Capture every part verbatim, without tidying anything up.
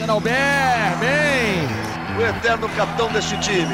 Nauber, bem! O eterno capitão deste time.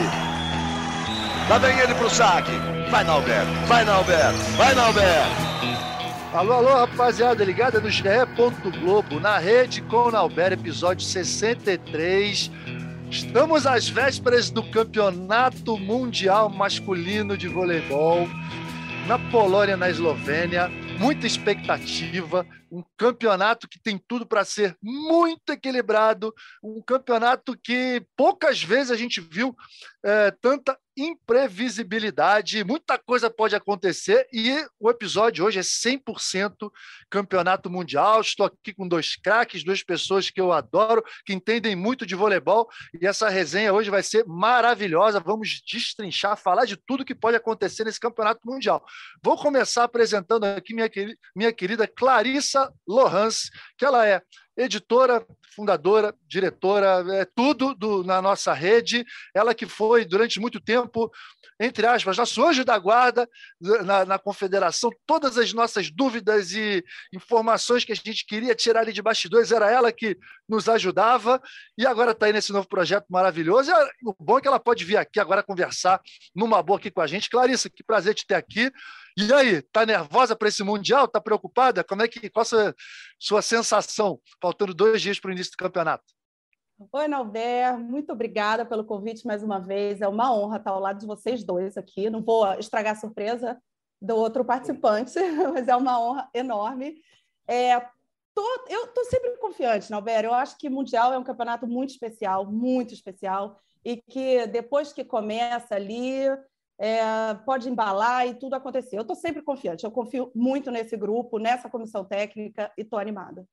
Lá vem ele pro saque. Vai, Nauber, vai, Nauber, vai, Nauber! Alô, alô, rapaziada, ligada no G E. Globo, na rede com o Nauber, episódio sessenta e três. Estamos às vésperas do Campeonato Mundial Masculino de Voleibol, na Polônia, na Eslovênia. Muita expectativa, um campeonato que tem tudo para ser muito equilibrado, um campeonato que poucas vezes a gente viu é, tanta imprevisibilidade, muita coisa pode acontecer e o episódio hoje é cem por cento campeonato mundial. Estou aqui com dois craques, duas pessoas que eu adoro, que entendem muito de voleibol e essa resenha hoje vai ser maravilhosa. Vamos destrinchar, falar de tudo que pode acontecer nesse campeonato mundial. Vou começar apresentando aqui minha, minha querida Clarissa Lohans, que ela é editora, fundadora, diretora, é tudo do, na nossa rede. Ela que foi, durante muito tempo, entre aspas, nosso anjo da guarda na, na confederação. Todas as nossas dúvidas e informações que a gente queria tirar ali de bastidores, era ela que nos ajudava. E agora está aí nesse novo projeto maravilhoso. E o bom é que ela pode vir aqui agora conversar numa boa aqui com a gente. Clarissa, que prazer te ter aqui. E aí, tá nervosa para esse Mundial? Tá preocupada? Como é que, qual a sua, sua sensação, faltando dois dias para o início do campeonato? Oi, Nauber, muito obrigada pelo convite mais uma vez. É uma honra estar ao lado de vocês dois aqui. Não vou estragar a surpresa do outro participante, mas é uma honra enorme. É, tô, eu estou sempre confiante, Nauber. Eu acho que o Mundial é um campeonato muito especial, muito especial, e que depois que começa ali... É, pode embalar e tudo acontecer. Eu estou sempre confiante, eu confio muito nesse grupo, nessa comissão técnica e estou animada.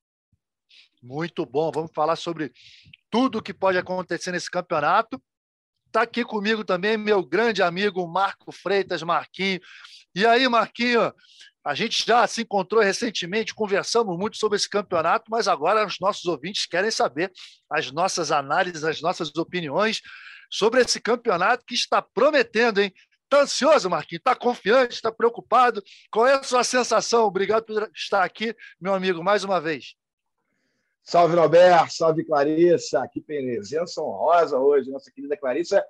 Muito bom, vamos falar sobre tudo que pode acontecer nesse campeonato. Está aqui comigo também meu grande amigo Marco Freitas, Marquinho. E aí, Marquinho, a gente já se encontrou recentemente, conversamos muito sobre esse campeonato, mas agora os nossos ouvintes querem saber as nossas análises, as nossas opiniões sobre esse campeonato que está prometendo, hein? Está ansioso, Marquinhos? Está confiante? Está preocupado? Qual é a sua sensação? Obrigado por estar aqui, meu amigo, mais uma vez. Salve, Roberto, salve, Clarissa. Que presença honrosa hoje, nossa querida Clarissa,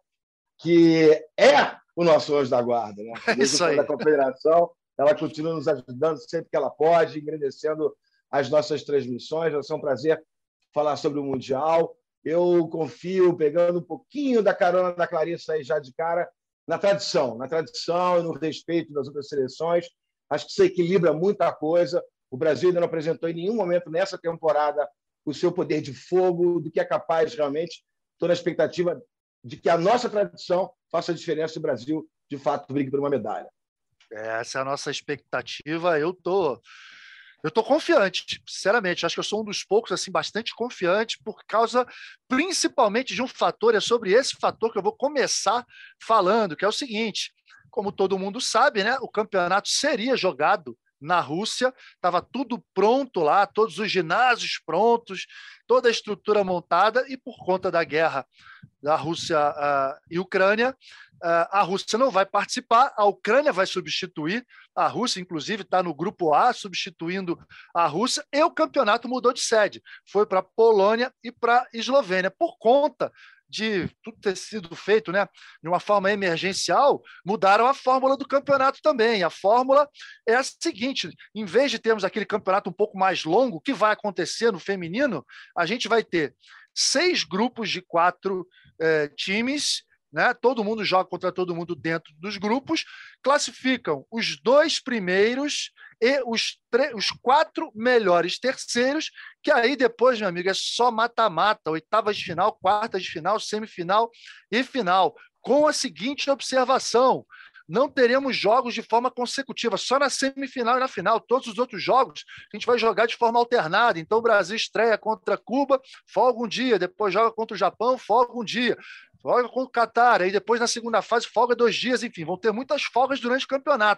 que é o nosso anjo da guarda, né? Isso aí. Da Confederação, ela continua nos ajudando sempre que ela pode, engrandecendo as nossas transmissões. Vai ser um prazer falar sobre o Mundial. Eu confio, pegando um pouquinho da carona da Clarissa aí já de cara, na tradição, na tradição e no respeito das outras seleções. Acho que isso equilibra muita coisa. O Brasil ainda não apresentou em nenhum momento nessa temporada o seu poder de fogo, do que é capaz realmente. Estou na expectativa de que a nossa tradição faça a diferença e o Brasil, de fato, brigue por uma medalha. Essa é a nossa expectativa. Eu estou... Tô... Eu estou confiante, sinceramente. Acho que eu sou um dos poucos assim bastante confiante por causa, principalmente, de um fator. É sobre esse fator que eu vou começar falando, que é o seguinte: como todo mundo sabe, né, o campeonato seria jogado na Rússia, estava tudo pronto lá, todos os ginásios prontos, toda a estrutura montada, e por conta da guerra da Rússia uh, e Ucrânia, uh, a Rússia não vai participar, a Ucrânia vai substituir a Rússia, inclusive está no grupo A, substituindo a Rússia, e o campeonato mudou de sede, foi para a Polônia e para a Eslovênia, por conta de tudo ter sido feito, né, de uma forma emergencial. Mudaram a fórmula do campeonato também. A fórmula é a seguinte: em vez de termos aquele campeonato um pouco mais longo, o que vai acontecer no feminino, a gente vai ter seis grupos de quatro eh, times, né? Todo mundo joga contra todo mundo dentro dos grupos, classificam os dois primeiros e os, os quatro melhores terceiros, que aí depois, meu amigo, é só mata-mata, oitavas de final, quartas de final, semifinal e final, com a seguinte observação: não teremos jogos de forma consecutiva, só na semifinal e na final. Todos os outros jogos a gente vai jogar de forma alternada. Então o Brasil estreia contra Cuba, folga um dia, depois joga contra o Japão, folga um dia, folga contra o Catar, aí depois na segunda fase folga dois dias, enfim, vão ter muitas folgas durante o campeonato.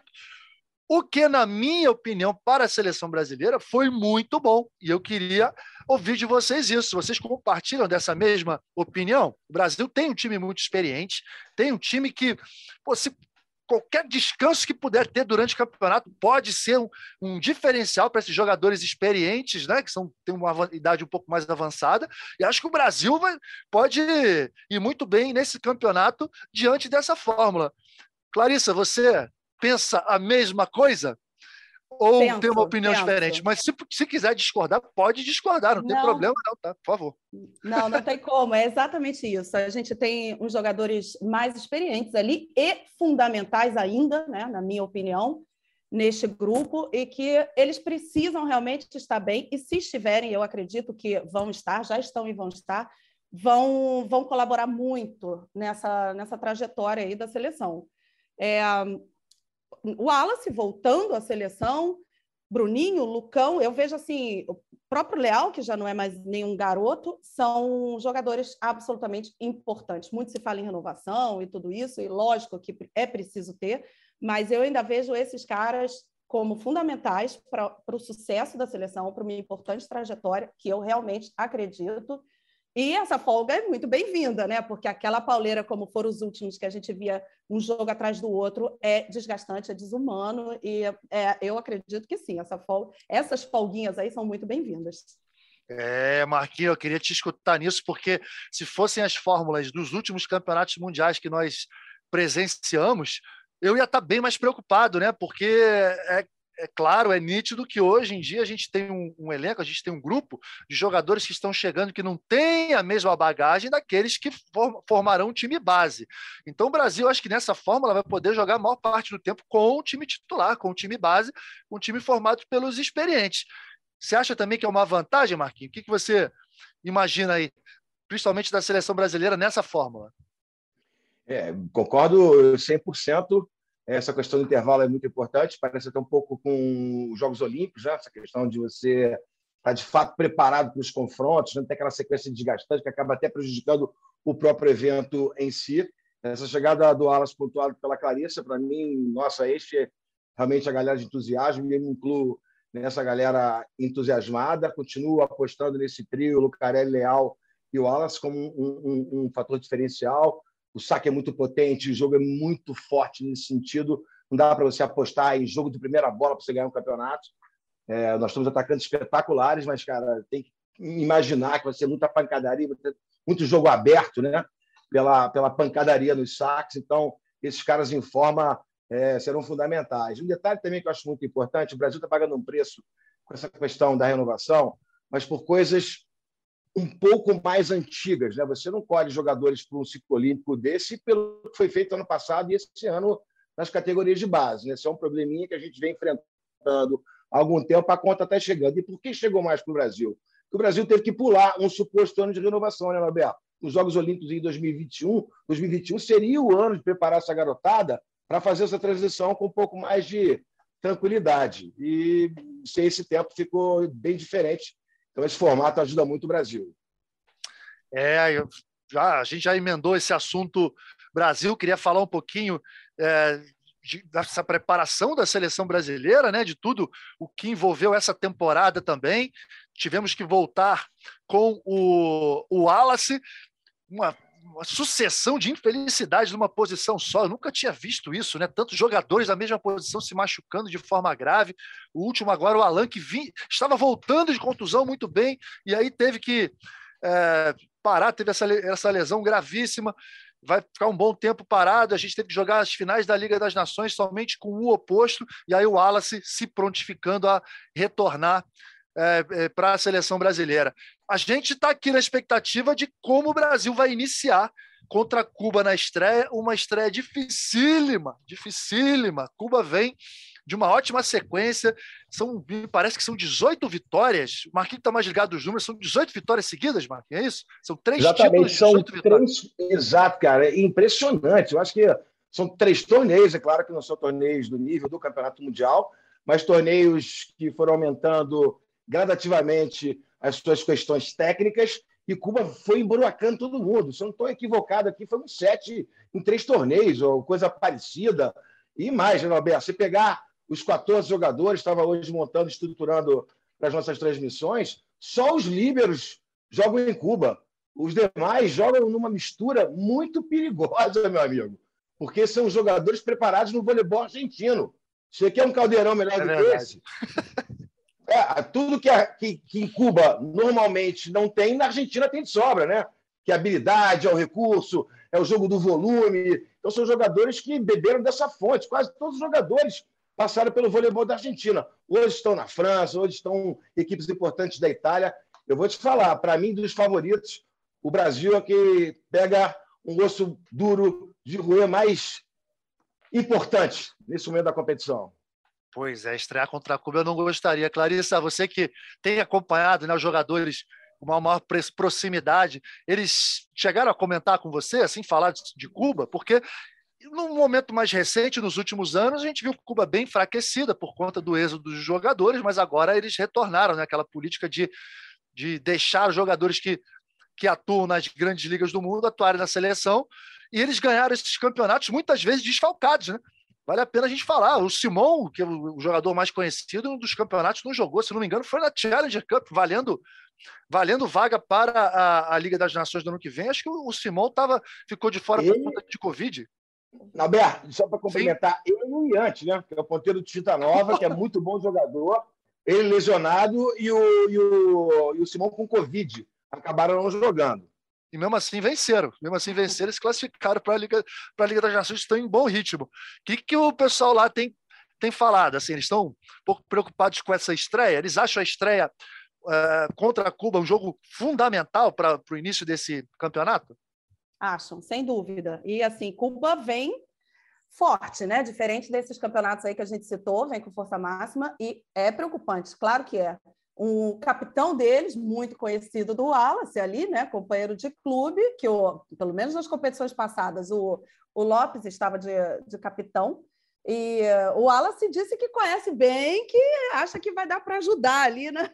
O que, na minha opinião, para a seleção brasileira foi muito bom. E eu queria ouvir de vocês isso. Vocês compartilham dessa mesma opinião? O Brasil tem um time muito experiente, tem um time que, pô, se qualquer descanso que puder ter durante o campeonato pode ser um, um diferencial para esses jogadores experientes, né, que são, têm uma idade um pouco mais avançada, e acho que o Brasil vai, pode ir muito bem nesse campeonato diante dessa fórmula. Clarissa, você pensa a mesma coisa? Ou Penso, tem uma opinião penso. diferente? Mas se, se quiser discordar, pode discordar, não, não tem problema não, tá? Por favor. Não, não tem como, é exatamente isso. A gente tem uns jogadores mais experientes ali e fundamentais ainda, né, na minha opinião, neste grupo, e que eles precisam realmente estar bem, e se estiverem, eu acredito que vão estar, já estão e vão estar, vão, vão colaborar muito nessa, nessa trajetória aí da seleção. É, o Wallace voltando à seleção, Bruninho, Lucão, eu vejo assim, o próprio Leal, que já não é mais nenhum garoto, são jogadores absolutamente importantes. Muito se fala em renovação e tudo isso, e lógico que é preciso ter, mas eu ainda vejo esses caras como fundamentais para o sucesso da seleção, para uma importante trajetória, que eu realmente acredito. E essa folga é muito bem-vinda, né? Porque aquela pauleira, como foram os últimos que a gente via um jogo atrás do outro, é desgastante, é desumano, e é, eu acredito que sim, essa folga, essas folguinhas aí são muito bem-vindas. É, Marquinhos, eu queria te escutar nisso, porque se fossem as fórmulas dos últimos campeonatos mundiais que nós presenciamos, eu ia estar bem mais preocupado, né? Porque é, é claro, é nítido que hoje em dia a gente tem um, um elenco, a gente tem um grupo de jogadores que estão chegando que não tem a mesma bagagem daqueles que form, formarão um time base. Então o Brasil, acho que nessa fórmula vai poder jogar a maior parte do tempo com o time titular, com o time base, um time formado pelos experientes. Você acha também que é uma vantagem, Marquinhos? O que, que você imagina aí, principalmente da seleção brasileira nessa fórmula? É, concordo cem por cento. Essa questão do intervalo é muito importante, parece até um pouco com os Jogos Olímpicos, né? Essa questão de você estar de fato preparado para os confrontos, não ter aquela sequência desgastante que acaba até prejudicando o próprio evento em si. Essa chegada do Wallace pontuado pela Clarissa, para mim, nossa, este é realmente a galera de entusiasmo, eu me incluo nessa galera entusiasmada, continuo apostando nesse trio, Lucarelli, Leal e o Wallace como um, um, um fator diferencial. O saque é muito potente, o jogo é muito forte nesse sentido. Não dá para você apostar em jogo de primeira bola para você ganhar um campeonato. É, nós temos atacantes espetaculares, mas, cara, tem que imaginar que vai ser muita pancadaria, muito jogo aberto, né? Pela, pela pancadaria nos saques. Então, esses caras em forma é, serão fundamentais. Um detalhe também que eu acho muito importante, o Brasil está pagando um preço com essa questão da renovação, mas por coisas um pouco mais antigas, né? Você não colhe jogadores para um ciclo olímpico desse pelo que foi feito ano passado e esse ano nas categorias de base, né? Esse é um probleminha que a gente vem enfrentando há algum tempo, a conta está chegando. E por que chegou mais para o Brasil? Porque o Brasil teve que pular um suposto ano de renovação, né, Roberto? Os Jogos Olímpicos em dois mil e vinte e um, dois mil e vinte e um seria o ano de preparar essa garotada para fazer essa transição com um pouco mais de tranquilidade. E esse tempo ficou bem diferente. Então, esse formato ajuda muito o Brasil. É, eu, já, a gente já emendou esse assunto Brasil, queria falar um pouquinho é, de, dessa preparação da seleção brasileira, né, de tudo o que envolveu essa temporada também. Tivemos que voltar com o, o Wallace, uma, uma sucessão de infelicidades numa posição só. Eu nunca tinha visto isso, né? Tantos jogadores da mesma posição se machucando de forma grave. O último agora, o Alan, que vinha, estava voltando de contusão muito bem, e aí teve que é, parar, teve essa, essa lesão gravíssima, vai ficar um bom tempo parado, a gente teve que jogar as finais da Liga das Nações somente com o oposto, e aí o Wallace se prontificando a retornar é, é, para a seleção brasileira. A gente está aqui na expectativa de como o Brasil vai iniciar contra Cuba na estreia, uma estreia dificílima, dificílima. Cuba vem de uma ótima sequência, são, parece que são dezoito vitórias. O Marquinhos está mais ligado dos números, são dezoito vitórias seguidas, Marquinhos, é isso? São três Exatamente, títulos, são dezoito vitórias. Três... Exato, cara, é impressionante. Eu acho que são três torneios, é claro que não são torneios do nível do Campeonato Mundial, mas torneios que foram aumentando gradativamente as suas questões técnicas, e Cuba foi emburacando todo mundo. Se eu não estou equivocado aqui, foi um sete em três torneios, ou coisa parecida, e mais, né, Roberto? Se pegar os quatorze jogadores, estava hoje montando, estruturando para as nossas transmissões, só os líberos jogam em Cuba. Os demais jogam numa mistura muito perigosa, meu amigo. porque são jogadores preparados no voleibol argentino. Você quer um caldeirão melhor É do verdade. que esse? É, tudo que, a, que, que em Cuba normalmente não tem, na Argentina tem de sobra, né? Que a habilidade, é o recurso, é o jogo do volume. Então, são jogadores que beberam dessa fonte. Quase todos os jogadores passaram pelo voleibol da Argentina. Hoje estão na França, hoje estão equipes importantes da Itália. Eu vou te falar, para mim, dos favoritos, o Brasil é que pega um osso duro de roer mais importante nesse momento da competição. Pois é, estrear contra a Cuba eu não gostaria. Clarissa, você que tem acompanhado, né, os jogadores com uma maior proximidade, eles chegaram a comentar com você, assim, falar de, de Cuba? Porque num momento mais recente, nos últimos anos, a gente viu Cuba bem enfraquecida por conta do êxodo dos jogadores, mas agora eles retornaram, né, aquela política de, de deixar os jogadores que, que atuam nas grandes ligas do mundo atuarem na seleção, e eles ganharam esses campeonatos muitas vezes desfalcados, né? Vale a pena a gente falar. O Simon, que é o jogador mais conhecido, um dos campeonatos não jogou, se não me engano, foi na Challenger Cup, valendo, valendo vaga para a, a Liga das Nações do ano que vem. Acho que o, o Simon tava, ficou de fora Ele... por conta de Covid. Alberto, só para complementar, Sim. ele e o Iante, né? Que é o ponteiro do Tita Nova, que é muito bom jogador, ele lesionado e o, e o, e o Simon com Covid. Acabaram não jogando. E mesmo assim venceram. Mesmo assim venceram e se classificaram para a Liga, para a Liga das Nações, estão em bom ritmo. O que, que o pessoal lá tem, tem falado? Assim, eles estão um pouco preocupados com essa estreia? Eles acham a estreia uh, contra a Cuba um jogo fundamental para o início desse campeonato? Acham, sem dúvida. E assim, Cuba vem forte, né? Diferente desses campeonatos aí que a gente citou, vem com força máxima e é preocupante, claro que é. Um capitão deles, muito conhecido do Wallace ali, né? Companheiro de clube, que o, pelo menos nas competições passadas o, o Lopes estava de, de capitão, e uh, o Wallace disse que conhece bem, que acha que vai dar para ajudar ali, né?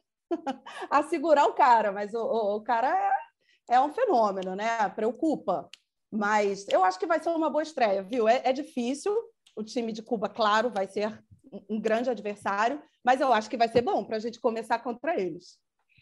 a segurar o cara, mas o, o, o cara é, é um fenômeno, né? Preocupa. Mas eu acho que vai ser uma boa estreia, viu? É, é difícil, o time de Cuba, claro, vai ser um grande adversário, mas eu acho que vai ser bom para a gente começar contra eles.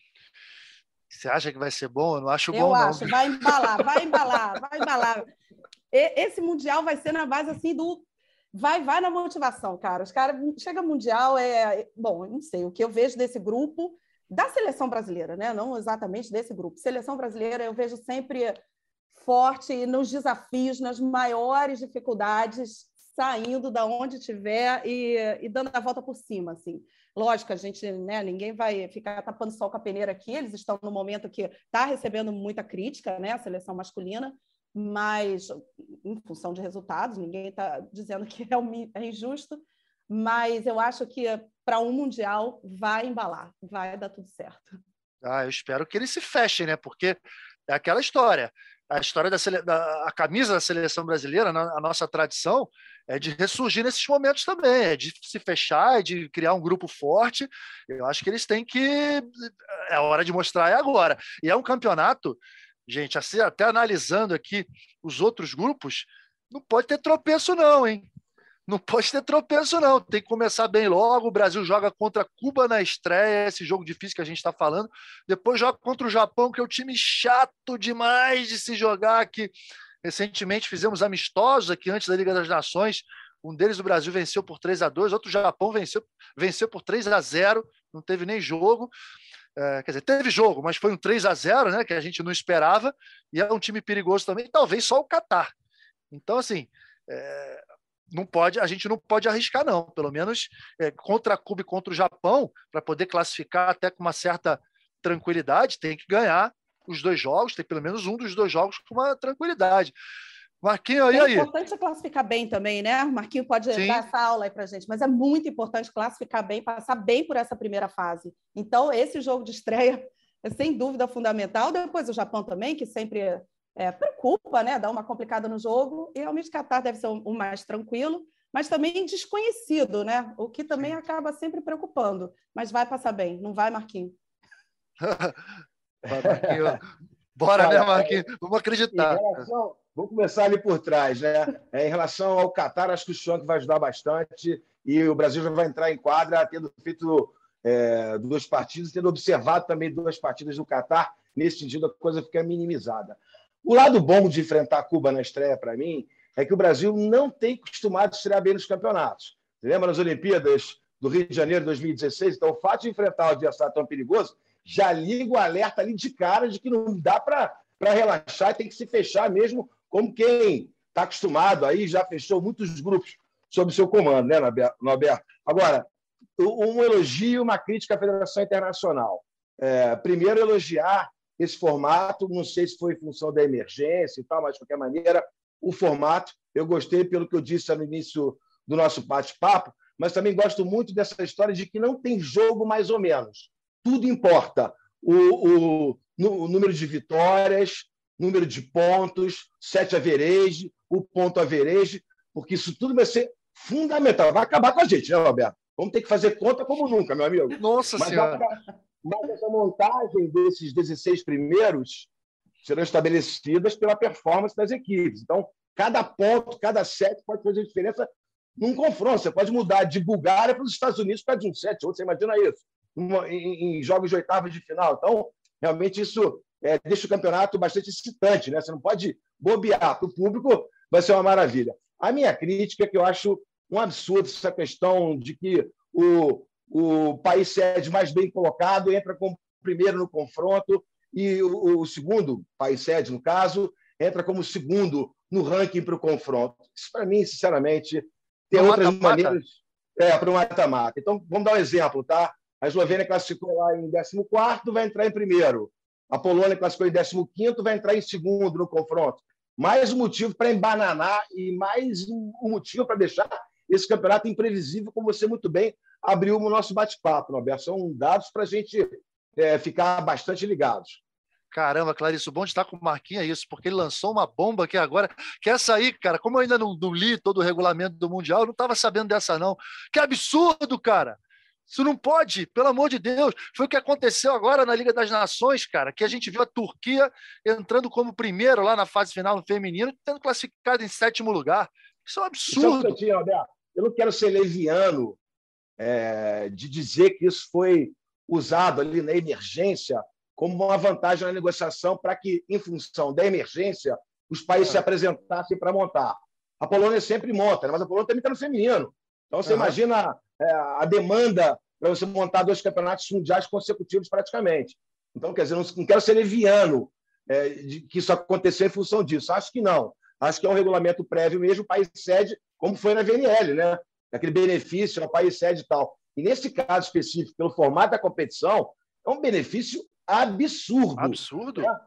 Você acha que vai ser bom? Eu não acho eu bom, acho, não. vai embalar, vai embalar, vai embalar. Esse Mundial vai ser na base assim do... Vai, vai na motivação, cara. Os caras... Chega Mundial, é... Bom, eu não sei, o que eu vejo desse grupo, da seleção brasileira, né? Não exatamente desse grupo. Seleção brasileira eu vejo sempre forte nos desafios, nas maiores dificuldades, saindo da onde estiver e, e dando a volta por cima, assim. Lógico, a gente, né, ninguém vai ficar tapando sol com a peneira aqui, eles estão no momento que está recebendo muita crítica, né, a seleção masculina, mas em função de resultados, ninguém está dizendo que é, é injusto, mas eu acho que para um Mundial vai embalar, vai dar tudo certo. Ah, eu espero que eles se fechem, né, porque é aquela história, a história da, sele... da a camisa da seleção brasileira, a nossa tradição, é de ressurgir nesses momentos também, é de se fechar, é de criar um grupo forte. Eu acho que eles têm que... É hora de mostrar, é agora. E é um campeonato, gente, assim, até analisando aqui os outros grupos, não pode ter tropeço não, hein? Não pode ter tropeço não, tem que começar bem logo. O Brasil joga contra Cuba na estreia, esse jogo difícil que a gente está falando, depois joga contra o Japão, que é um time chato demais de se jogar, que recentemente fizemos amistosos aqui antes da Liga das Nações, um deles o Brasil venceu por três a dois, outro o Japão venceu, venceu por três a zero, não teve nem jogo, é, quer dizer, teve jogo, mas foi um três a zero, né, que a gente não esperava, e é um time perigoso também, talvez só o Catar. Então, assim, é, não pode, a gente não pode arriscar, não. Pelo menos é, contra a Cuba e contra o Japão, para poder classificar até com uma certa tranquilidade, tem que ganhar os dois jogos, tem pelo menos um dos dois jogos com uma tranquilidade. Marquinhos, e aí? É importante classificar bem também, né? O Marquinhos pode Sim. dar essa aula aí para a gente, mas é muito importante classificar bem, passar bem por essa primeira fase. Então, esse jogo de estreia é sem dúvida fundamental. Depois o Japão também, que sempre é, preocupa, né? Dá uma complicada no jogo. E realmente o Catar deve ser o mais tranquilo, mas também desconhecido, né? O que também Sim. acaba sempre preocupando. Mas vai passar bem, não vai, Marquinhos? Marquinhos. Bora, Cara, né, Marquinhos? Vamos acreditar. Relação, vamos começar ali por trás, né? É, em relação ao Catar, acho que o Schwank vai ajudar bastante e o Brasil já vai entrar em quadra tendo feito é, duas partidas, tendo observado também duas partidas do Catar. Nesse sentido, a coisa fica minimizada. O lado bom de enfrentar Cuba na estreia, para mim, é que o Brasil não tem costumado estrear bem nos campeonatos. Você lembra nas Olimpíadas do Rio de Janeiro de dois mil e dezesseis? Então, o fato de enfrentar um adversário tão perigoso já liga o alerta ali de cara de que não dá para relaxar, tem que se fechar mesmo, como quem está acostumado aí, já fechou muitos grupos sob seu comando, né, Norberto? Agora, um elogio, uma crítica à Federação Internacional. É, primeiro, elogiar esse formato, não sei se foi em função da emergência e tal, mas, de qualquer maneira, o formato, eu gostei pelo que eu disse no início do nosso bate-papo, mas também gosto muito dessa história de que não tem jogo mais ou menos. Tudo importa. O, o, o número de vitórias, número de pontos, sete average, o ponto average, porque isso tudo vai ser fundamental. Vai acabar com a gente, né, Roberto? Vamos ter que fazer conta como nunca, meu amigo. Nossa mas, Senhora! Mas essa montagem desses dezesseis primeiros serão estabelecidas pela performance das equipes. Então, cada ponto, cada set pode fazer diferença num confronto. Você pode mudar de Bulgária para os Estados Unidos para de um set, outro, você imagina isso, Uma, em, em jogos de oitavas de final. Então, realmente, isso é, deixa o campeonato bastante excitante, né? Você não pode bobear. Para o público, vai ser uma maravilha. A minha crítica é que eu acho um absurdo essa questão de que o, o país sede mais bem colocado entra como primeiro no confronto e o, o segundo, país sede, no caso, entra como segundo no ranking para o confronto. Isso, para mim, sinceramente, tem no outras mata-mata. maneiras é, para o mata-mata. Então, vamos dar um exemplo, tá? A Eslovênia classificou lá em décimo quarto, vai entrar em primeiro. A Polônia classificou em décimo quinto, vai entrar em segundo no confronto. Mais um motivo para embananar e mais um motivo para deixar esse campeonato imprevisível, como você muito bem abriu o nosso bate-papo, Norberto. São dados para a gente é, ficar bastante ligados. Caramba, Clarice, o bom de estar com o Marquinhos é isso, porque ele lançou uma bomba aqui agora, que essa aí, cara, como eu ainda não, não li todo o regulamento do Mundial, eu não estava sabendo dessa não. Que absurdo, cara! Isso não pode, pelo amor de Deus. Foi o que aconteceu agora na Liga das Nações, cara, que a gente viu a Turquia entrando como primeiro lá na fase final no feminino, tendo classificado em sétimo lugar. Isso é um absurdo. Só um Alberto, eu não quero ser leviano é, de dizer que isso foi usado ali na emergência como uma vantagem na negociação para que, em função da emergência, os países é. se apresentassem para montar. A Polônia sempre monta, mas a Polônia também está no feminino. Então, você uhum. imagina é, a demanda para você montar dois campeonatos mundiais consecutivos praticamente. Então, quer dizer, não, não quero ser leviano é, de que isso aconteceu em função disso. Acho que não. Acho que é um regulamento prévio mesmo, o país sede, como foi na V N L, né? Aquele benefício, o país sede e tal. E nesse caso específico, pelo formato da competição, é um benefício absurdo. Absurdo? É.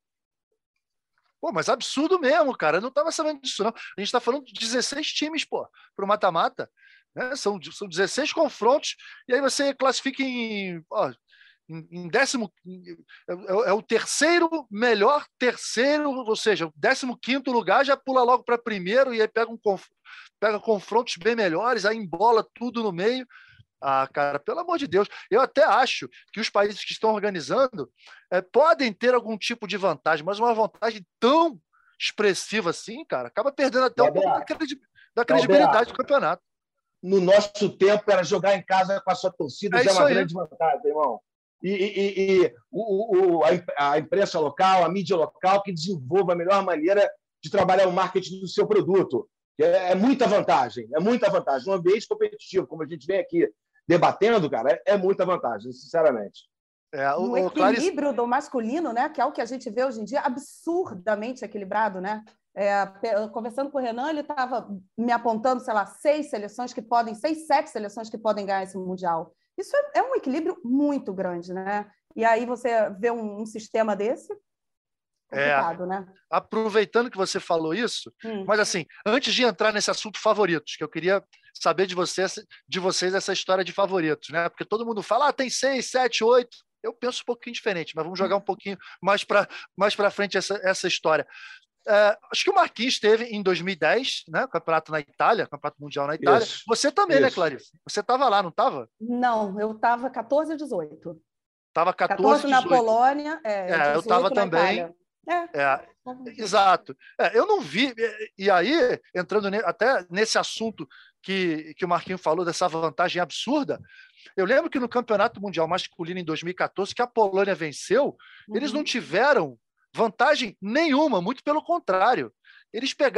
Pô, mas absurdo mesmo, cara. Eu não estava sabendo disso, não. A gente está falando de dezesseis times, pô, para o mata-mata. Né? São, são dezesseis confrontos, e aí você classifica em, ó, em, em décimo. É, é o terceiro melhor terceiro, ou seja, o décimo quinto lugar já pula logo para primeiro, e aí pega, um, pega confrontos bem melhores, aí embola tudo no meio. Ah, cara, pelo amor de Deus, eu até acho que os países que estão organizando é, podem ter algum tipo de vantagem, mas uma vantagem tão expressiva assim, cara, acaba perdendo até um pouco da, credi da credibilidade do campeonato. No nosso tempo, era jogar em casa com a sua torcida, é já é uma aí. grande vantagem, irmão. E, e, e o, o, a imprensa local, a mídia local, que desenvolva a melhor maneira de trabalhar o marketing do seu produto. É, é muita vantagem, é muita vantagem. Um ambiente competitivo, como a gente vem aqui debatendo, cara, é, é muita vantagem, sinceramente. É, o, o equilíbrio Clarice... do masculino, né, que é o que a gente vê hoje em dia, absurdamente equilibrado, né? É, conversando com o Renan, ele estava me apontando, sei lá, seis seleções que podem, seis, sete seleções que podem ganhar esse Mundial. Isso é, é um equilíbrio muito grande, né? E aí você vê um, um sistema desse, complicado, é, né? Aproveitando que você falou isso, hum. mas assim, antes de entrar nesse assunto favoritos, que eu queria saber de, você, de vocês essa história de favoritos, né? Porque todo mundo fala, ah, tem seis, sete, oito. Eu penso um pouquinho diferente, mas vamos jogar um pouquinho mais para mais para frente essa, essa história. É, acho que o Marquinhos esteve em dois mil e dez, né? Campeonato na Itália, Campeonato Mundial na Itália. Isso, você também, isso. né, Clarice? Você estava lá, não estava? Não, eu estava quatorze a dezoito. Estava quatorze, quatorze na Polônia, é, é eu estava também. Itália. É. É, exato. É, eu não vi. E aí, entrando ne, até nesse assunto que, que o Marquinhos falou, dessa vantagem absurda, eu lembro que no Campeonato Mundial Masculino em dois mil e quatorze, que a Polônia venceu, uhum. eles não tiveram vantagem nenhuma, muito pelo contrário. Eles pegaram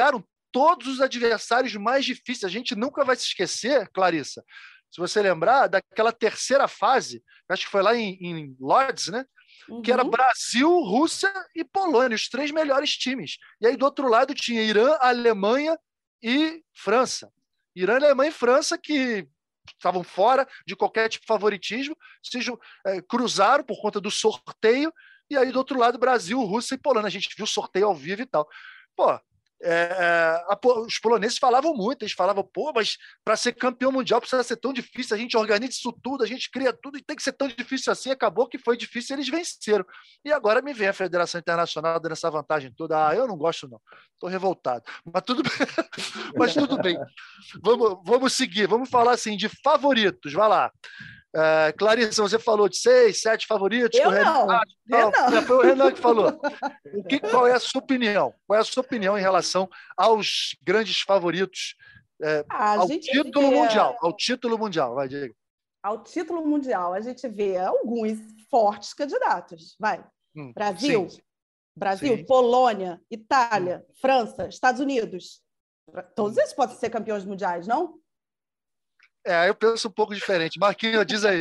todos os adversários mais difíceis. A gente nunca vai se esquecer, Clarissa, se você lembrar, daquela terceira fase, acho que foi lá em, em Lords, né? Uhum. Que era Brasil, Rússia e Polônia, os três melhores times. E aí, do outro lado, tinha Irã, Alemanha e França. Irã, Alemanha e França, que estavam fora de qualquer tipo de favoritismo, se é, cruzaram por conta do sorteio, e aí do outro lado Brasil, Rússia e Polônia. A gente viu o sorteio ao vivo e tal. Pô, é, a, os poloneses falavam muito, eles falavam, pô, mas para ser campeão mundial precisa ser tão difícil, a gente organiza isso tudo, a gente cria tudo e tem que ser tão difícil assim. Acabou que foi difícil e eles venceram. E agora me vem a Federação Internacional dando essa vantagem toda. Ah, eu não gosto não, estou revoltado. Mas tudo bem, mas tudo bem. Vamos, vamos seguir, vamos falar assim de favoritos, vai lá. Uh, Clarissa, você falou de seis, sete favoritos. Eu não, Renan... eu não. Já foi o Renan que falou. O que, qual é a sua opinião? Qual é a sua opinião em relação aos grandes favoritos é, ah, ao título vê... mundial? Ao título mundial, vai, diga. Ao título mundial, a gente vê alguns fortes candidatos. Vai. Hum, Brasil, sim. Brasil, sim. Polônia, Itália, hum. França, Estados Unidos. Todos esses podem ser campeões mundiais, não? É, eu penso um pouco diferente. Marquinhos, diz aí.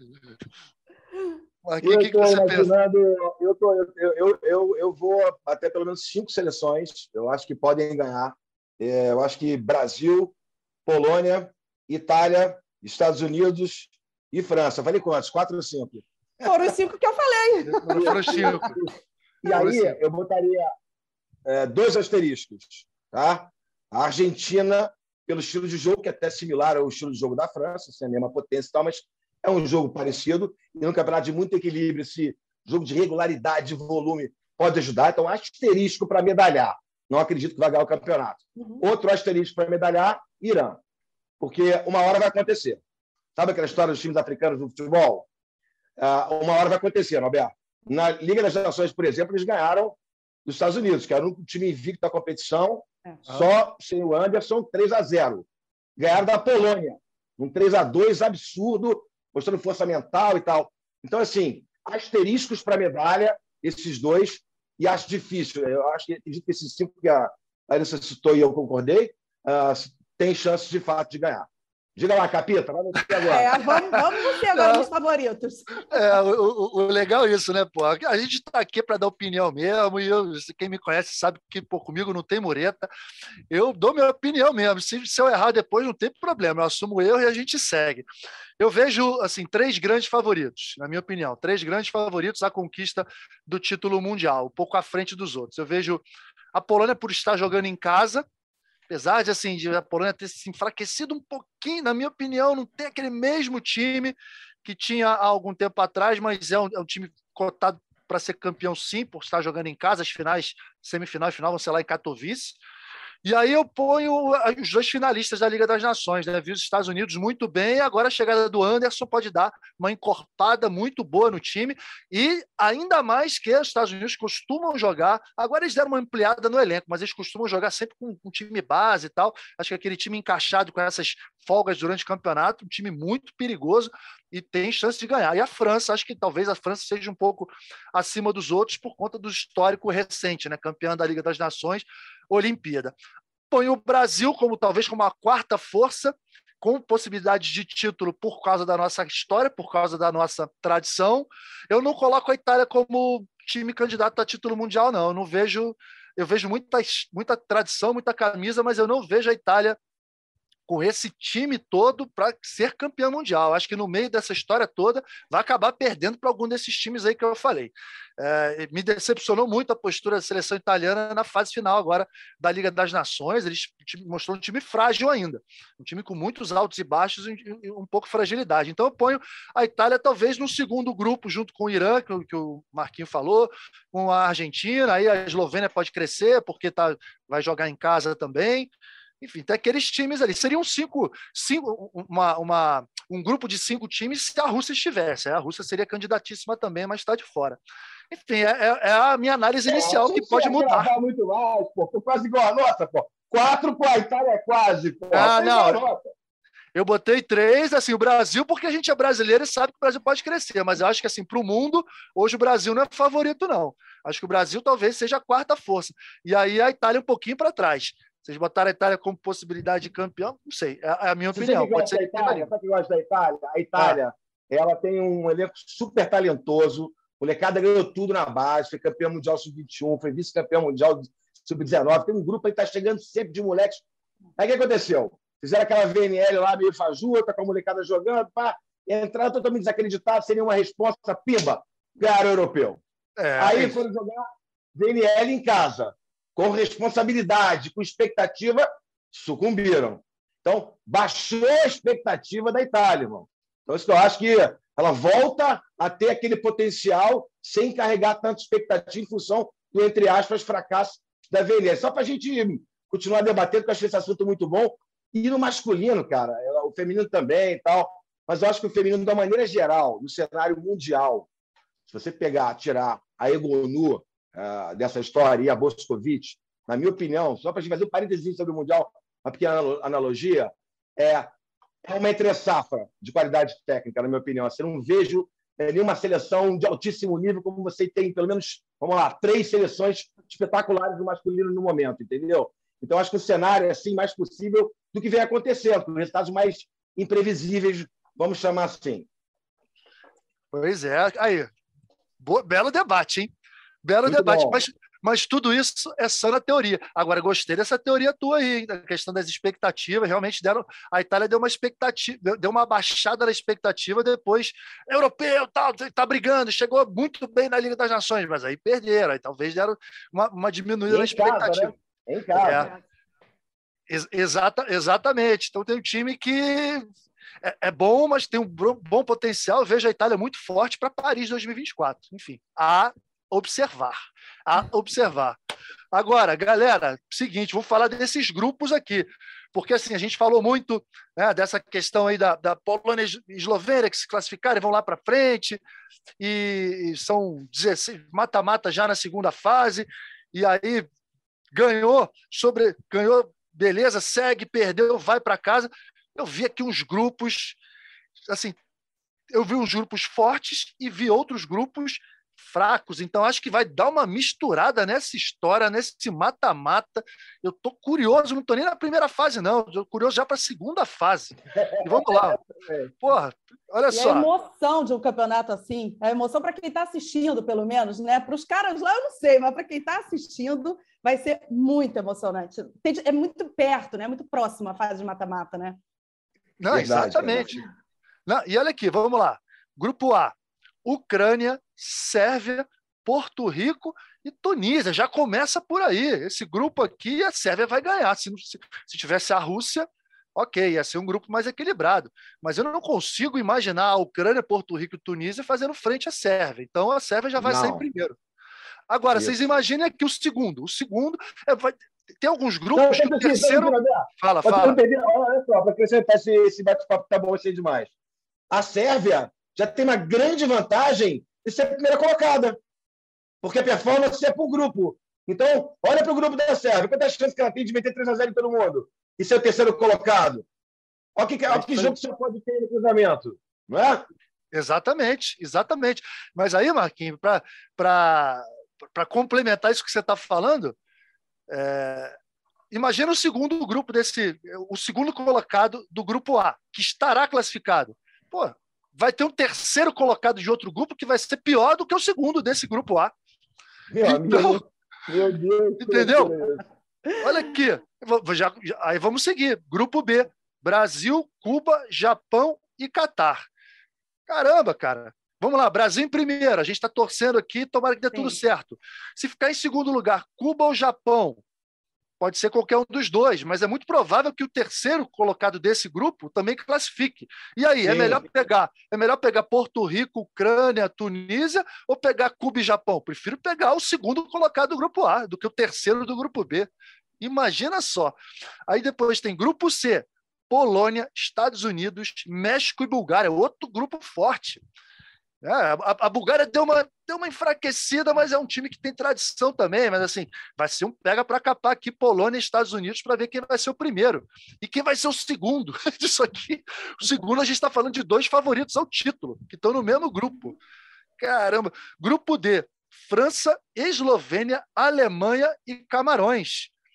Marquinhos, o que, que você pensa? Eu, tô, eu, eu, eu, eu vou até pelo menos cinco seleções, eu acho que podem ganhar. É, eu acho que Brasil, Polônia, Itália, Estados Unidos e França. Falei quantos? Quatro ou cinco? Foram os cinco que eu falei. Foram os cinco. E aí eu botaria é, dois asteriscos. Tá? A Argentina, pelo estilo de jogo, que é até similar ao estilo de jogo da França, sem a mesma potência e tal, mas é um jogo parecido, e um campeonato de muito equilíbrio, esse jogo de regularidade, de volume, pode ajudar. Então, asterisco para medalhar. Não acredito que vai ganhar o campeonato. Uhum. Outro asterisco para medalhar, Irã. Porque uma hora vai acontecer. Sabe aquela história dos times africanos no futebol? Uh, uma hora vai acontecer, Roberto. Na Liga das Nações, por exemplo, eles ganharam dos Estados Unidos, que era o time invicto da competição, é. Só sem o Anderson, três a zero. Ganharam da Polônia, um três a dois absurdo, mostrando força mental e tal. Então, assim, asteriscos para medalha, esses dois, e acho difícil. Eu acho que, acredito que esses cinco que a Larissa citou e eu concordei, uh, tem chances de fato de ganhar. Diga lá, Capita, vamos você agora. É, vamos, vamos você agora nos favoritos. É, o, o, o legal é isso, né, pô? A gente está aqui para dar opinião mesmo, e eu, quem me conhece sabe que pô, comigo não tem mureta. Eu dou minha opinião mesmo. Se, se eu errar depois, não tem problema. Eu assumo o erro e a gente segue. Eu vejo, assim, três grandes favoritos, na minha opinião. Três grandes favoritos à conquista do título mundial, um pouco à frente dos outros. Eu vejo a Polônia por estar jogando em casa, apesar de, assim, de a Polônia ter se enfraquecido um pouquinho, na minha opinião, não tem aquele mesmo time que tinha há algum tempo atrás, mas é um, é um time cotado para ser campeão sim, por estar jogando em casa. As finais, semifinal e final vão ser lá em Katowice. E aí eu ponho os dois finalistas da Liga das Nações, né? Vi os Estados Unidos muito bem, e agora a chegada do Anderson pode dar uma encorpada muito boa no time, e ainda mais que os Estados Unidos costumam jogar, agora eles deram uma ampliada no elenco, mas eles costumam jogar sempre com um time base e tal. Acho que aquele time encaixado com essas folgas durante o campeonato, um time muito perigoso e tem chance de ganhar. E a França, acho que talvez a França seja um pouco acima dos outros por conta do histórico recente, né? Campeã da Liga das Nações, Olimpíada. Põe o Brasil como talvez como a quarta força, com possibilidade de título por causa da nossa história, por causa da nossa tradição. Eu não coloco a Itália como time candidato a título mundial, não. Eu não vejo, eu vejo muita, muita tradição, muita camisa, mas eu não vejo a Itália com esse time todo para ser campeão mundial. Acho que no meio dessa história toda vai acabar perdendo para algum desses times aí que eu falei. É, me decepcionou muito a postura da seleção italiana na fase final agora da Liga das Nações. Eles mostrou um time frágil ainda, um time com muitos altos e baixos e um pouco de fragilidade. Então eu ponho a Itália talvez no segundo grupo, junto com o Irã, que, que o Marquinhos falou, com a Argentina. Aí a Eslovênia pode crescer, porque tá, vai jogar em casa também. Enfim, tem aqueles times ali. Seriam cinco, cinco uma, uma, um grupo de cinco times se a Rússia estivesse. A Rússia seria candidatíssima também, mas está de fora. Enfim, é, é a minha análise inicial, é, que pode mudar. Muito mais, pô. Tô quase igual a nossa, pô. Quatro, pô, a Itália é quase, pô. Ah, não. Eu botei três, assim, o Brasil, porque a gente é brasileiro e sabe que o Brasil pode crescer, mas eu acho que, assim, para o mundo, hoje o Brasil não é favorito, não. Acho que o Brasil talvez seja a quarta força. E aí a Itália um pouquinho para trás. Vocês botaram a Itália como possibilidade de campeão? Não sei, é a minha Você opinião. sabe que Pode gosta ser da que Itália? Sabe que gosta da Itália? A Itália, ah. ela tem um elenco super talentoso. O molecada ganhou tudo na base, foi campeão mundial sub vinte e um, foi vice-campeão mundial sub dezenove. Tem um grupo aí que está chegando sempre de moleques. Aí o que aconteceu? Fizeram aquela V N L lá, meio fajuta, com a molecada jogando, pá, entraram totalmente desacreditados, sem nenhuma resposta, pimba, ganharam o europeu. É, aí é foram jogar V N L em casa, com responsabilidade, com expectativa, sucumbiram. Então, baixou a expectativa da Itália, irmão. Então, isso que eu acho que ela volta a ter aquele potencial sem carregar tanta expectativa em função do, entre aspas, fracasso da V N L. Só para a gente continuar debatendo, porque eu acho esse assunto muito bom. E no masculino, cara, o feminino também e tal, mas eu acho que o feminino, de uma maneira geral, no cenário mundial, se você pegar, tirar a Egonu uh, dessa história e a Boscovich, na minha opinião, só para a gente fazer um parênteses sobre o Mundial, uma pequena analogia, é, é uma entre-safra de qualidade técnica, na minha opinião. Assim, eu não vejo é, nenhuma seleção de altíssimo nível como você tem, pelo menos, vamos lá, três seleções espetaculares do masculino no momento, entendeu? Então, acho que o cenário é assim, mais possível do que vem acontecendo, com resultados mais imprevisíveis, vamos chamar assim. Pois é, aí, boa, belo debate, hein? Belo Muito debate, mas, mas tudo isso é só na teoria. Agora, gostei dessa teoria tua aí, hein? Da questão das expectativas, realmente deram, a Itália deu uma expectativa, deu uma baixada na expectativa depois, europeu, tal, tá brigando, chegou muito bem na Liga das Nações, mas aí perderam, aí talvez deram uma, uma diminuída na expectativa. Casa, né? Em casa. É, ex exata, exatamente. Então tem um time que é, é bom, mas tem um bom potencial. Eu vejo a Itália muito forte para Paris dois mil e vinte e quatro. Enfim, a observar. A observar. Agora, galera, seguinte, vou falar desses grupos aqui, porque assim, a gente falou muito, né, dessa questão aí da, da Polônia e Eslovênia que se classificaram e vão lá para frente, e, e são dezesseis mata-mata já na segunda fase, e aí ganhou, sobre, ganhou, beleza, segue, perdeu, vai para casa. Eu vi aqui uns grupos, assim, eu vi uns grupos fortes e vi outros grupos fracos, então acho que vai dar uma misturada nessa história, nesse mata-mata. Eu tô curioso, não tô nem na primeira fase, não, tô curioso já para a segunda fase. E vamos lá. Porra, olha e só. A emoção de um campeonato assim, a emoção para quem está assistindo, pelo menos, né? Para os caras lá, eu não sei, mas para quem está assistindo, vai ser muito emocionante. É muito perto, né? Muito próximo a fase de mata-mata, né? Não, verdade, exatamente. Verdade. Não, e olha aqui, vamos lá. Grupo A, Ucrânia, Sérvia, Porto Rico e Tunísia. Já começa por aí. Esse grupo aqui, a Sérvia vai ganhar. Se, se, se tivesse a Rússia, ok, ia ser um grupo mais equilibrado. Mas eu não consigo imaginar a Ucrânia, Porto Rico e Tunísia fazendo frente à Sérvia. Então a Sérvia já vai não. sair primeiro. Agora, Isso. vocês imaginem aqui o segundo. O segundo é, vai, tem alguns grupos não, que o terceiro... Fala, fala. Olha só, para acrescentar esse, esse bate-papo tá bom assim demais. A Sérvia já tem uma grande vantagem de ser a primeira colocada, porque a performance é para o grupo. Então, olha para o grupo da Sérvia. Quantas chances que ela tem de meter três a zero em todo mundo e ser o terceiro colocado? Olha que, olha que jogo que você pode ter no cruzamento, não é? Exatamente, exatamente. Mas aí, Marquinhos, para complementar isso que você está falando, é, imagina o segundo grupo desse, o segundo colocado do grupo A, que estará classificado. Pô, vai ter um terceiro colocado de outro grupo que vai ser pior do que o segundo desse grupo A. Meu então, amigo, meu Deus, entendeu? Deus. Olha aqui, já, já, aí vamos seguir. Grupo B, Brasil, Cuba, Japão e Catar. Caramba, cara. Vamos lá, Brasil em primeiro. A gente está torcendo aqui, tomara que dê Sim. tudo certo. Se ficar em segundo lugar, Cuba ou Japão, pode ser qualquer um dos dois, mas é muito provável que o terceiro colocado desse grupo também classifique. E aí, Sim. é melhor pegar, é melhor pegar Porto Rico, Ucrânia, Tunísia ou pegar Cuba e Japão? Prefiro pegar o segundo colocado do grupo A do que o terceiro do grupo B. Imagina só. Aí depois tem grupo C, Polônia, Estados Unidos, México e Bulgária, outro grupo forte. É, a, a Bulgária deu uma, deu uma enfraquecida, mas é um time que tem tradição também. Mas assim, vai ser um pega para capar aqui Polônia e Estados Unidos para ver quem vai ser o primeiro e quem vai ser o segundo. Isso aqui, o segundo a gente está falando de dois favoritos ao título, que estão no mesmo grupo. Caramba! Grupo D, França, Eslovênia, Alemanha e Camarões.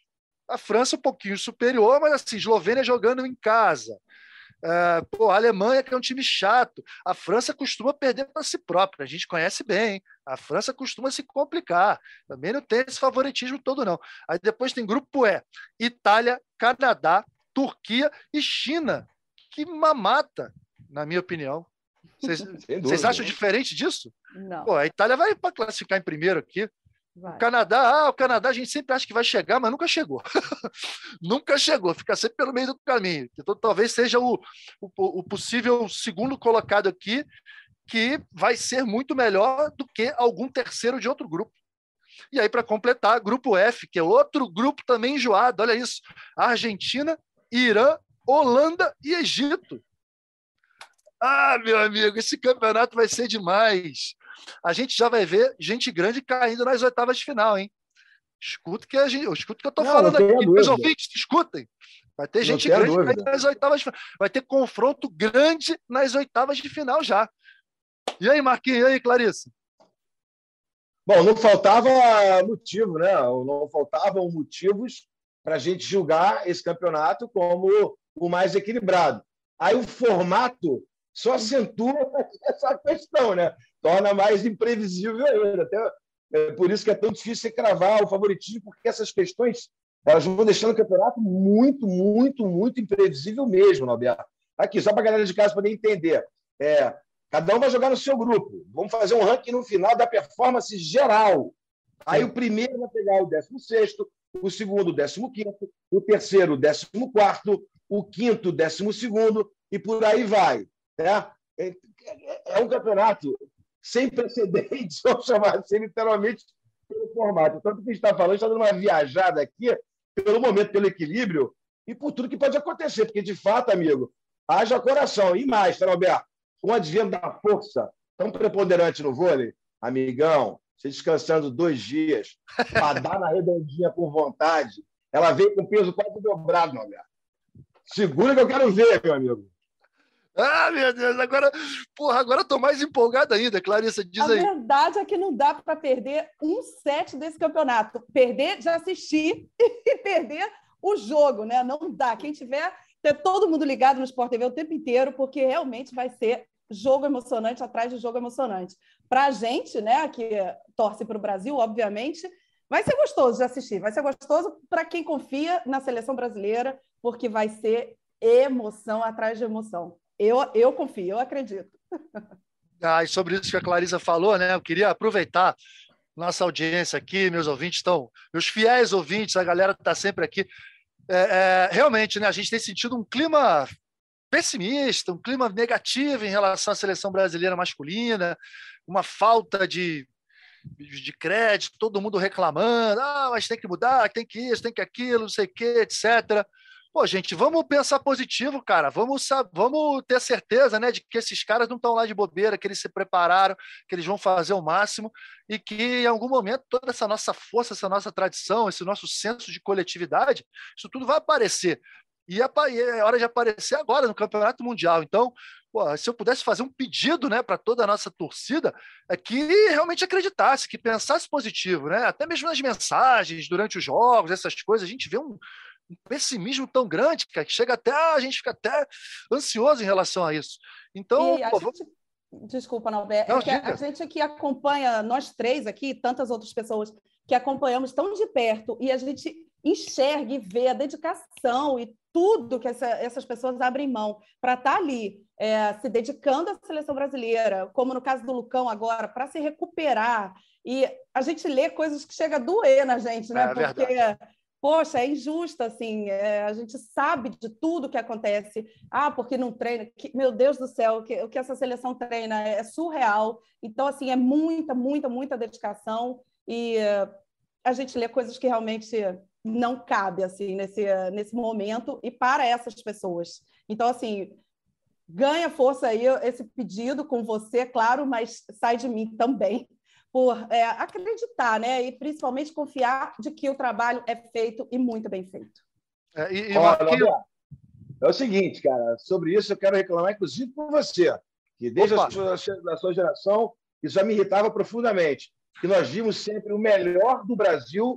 A França um pouquinho superior, mas assim, Eslovênia jogando em casa. Uh, pô, a Alemanha, que é um time chato. A França costuma perder para si própria. A gente conhece bem. A França costuma se complicar. Também não tem esse favoritismo todo, não. Aí depois tem grupo E. Itália, Canadá, Turquia e China. Que mamata, na minha opinião. Vocês acham diferente disso? Não. Pô, a Itália vai para classificar em primeiro aqui. Vai. O Canadá, ah, o Canadá a gente sempre acha que vai chegar, mas nunca chegou. Nunca chegou, fica sempre pelo meio do caminho. Então talvez seja o, o, o possível segundo colocado aqui, que vai ser muito melhor do que algum terceiro de outro grupo. E aí, para completar, grupo F, que é outro grupo também enjoado, olha isso: Argentina, Irã, Holanda e Egito. Ah, meu amigo, esse campeonato vai ser demais. A gente já vai ver gente grande caindo nas oitavas de final, hein? Escuta que a gente, escuta que eu estou falando aqui, meus ouvintes, escutem. Vai ter gente grande caindo nas oitavas de final. Vai ter confronto grande nas oitavas de final já. E aí, Marquinhos? E aí, Clarissa? Bom, não faltava motivo, né? Não faltavam motivos para a gente julgar esse campeonato como o mais equilibrado. Aí o formato só acentua essa questão, né? Torna mais imprevisível ainda. Até, é por isso que é tão difícil você cravar o favoritismo, porque essas questões elas vão deixando o campeonato muito, muito, muito imprevisível mesmo, Norberto. Aqui, só para a galera de casa poder entender. É, cada um vai jogar no seu grupo. Vamos fazer um ranking no final da performance geral. Aí Sim. o primeiro vai pegar o décimo sexto, o segundo, o décimo quinto, o terceiro, o décimo quarto, o quinto, o décimo segundo, e por aí vai. Né? É, é um campeonato sem precedentes, vamos chamar assim, literalmente, pelo formato. Tanto que a gente está falando, está dando uma viajada aqui, pelo momento, pelo equilíbrio, e por tudo que pode acontecer, porque, de fato, amigo, haja coração. E mais, tá, Roberto? Com o advento da força tão preponderante no vôlei, amigão, você descansando dois dias, para dar na redondinha com vontade, ela veio com peso quase dobrado, Roberto. Segura que eu quero ver, meu amigo. Ah, meu Deus, agora, porra, agora estou mais empolgado ainda, Clarissa, diz aí. A verdade é que não dá para perder um set desse campeonato. Perder de assistir e perder o jogo, né? Não dá. Quem tiver, ter todo mundo ligado no Sport T V o tempo inteiro, porque realmente vai ser jogo emocionante atrás de jogo emocionante. Para a gente, né, que torce para o Brasil, obviamente, vai ser gostoso de assistir. Vai ser gostoso para quem confia na seleção brasileira, porque vai ser emoção atrás de emoção. Eu, eu confio, eu acredito. Ah, e sobre isso que a Clarissa falou, né? Eu queria aproveitar nossa audiência aqui, meus ouvintes estão, meus fiéis ouvintes, a galera está sempre aqui. É, é, realmente, né? A gente tem sentido um clima pessimista, um clima negativo em relação à seleção brasileira masculina, uma falta de, de crédito, todo mundo reclamando, ah, mas tem que mudar, tem que isso, tem que aquilo, não sei o quê, etcétera. Pô, gente, vamos pensar positivo, cara. Vamos, vamos ter certeza, né, de que esses caras não estão lá de bobeira, que eles se prepararam, que eles vão fazer o máximo e que, em algum momento, toda essa nossa força, essa nossa tradição, esse nosso senso de coletividade, isso tudo vai aparecer. E é hora de aparecer agora no Campeonato Mundial. Então, pô, se eu pudesse fazer um pedido, né, para toda a nossa torcida, é que realmente acreditasse, que pensasse positivo, né? Até mesmo nas mensagens, durante os jogos, essas coisas, a gente vê um um pessimismo tão grande, cara, que chega até, a gente fica até ansioso em relação a isso. Então, a pô, gente... desculpa, Norberto, não, é que a, a gente que acompanha, nós três aqui, tantas outras pessoas que acompanhamos tão de perto, e a gente enxerga e vê a dedicação e tudo que essa, essas pessoas abrem mão para estar ali, é, se dedicando à seleção brasileira, como no caso do Lucão agora, para se recuperar, e a gente lê coisas que chega a doer na gente, né? É, porque verdade. Poxa, é injusto, assim, é, a gente sabe de tudo que acontece, ah, porque não treina, que, meu Deus do céu, o que, o que essa seleção treina é, é surreal, então, assim, é muita, muita, muita dedicação, e uh, a gente lê coisas que realmente não cabe, assim, nesse, uh, nesse momento, e para essas pessoas. Então, assim, ganha força aí esse pedido com você, claro, mas sai de mim também, por é, acreditar, né? E principalmente confiar de que o trabalho é feito e muito bem feito. É, e, e Olha, Marquinhos... é o seguinte, cara, sobre isso eu quero reclamar, inclusive, por você, que desde a sua, da sua geração, isso já me irritava profundamente, que nós vimos sempre o melhor do Brasil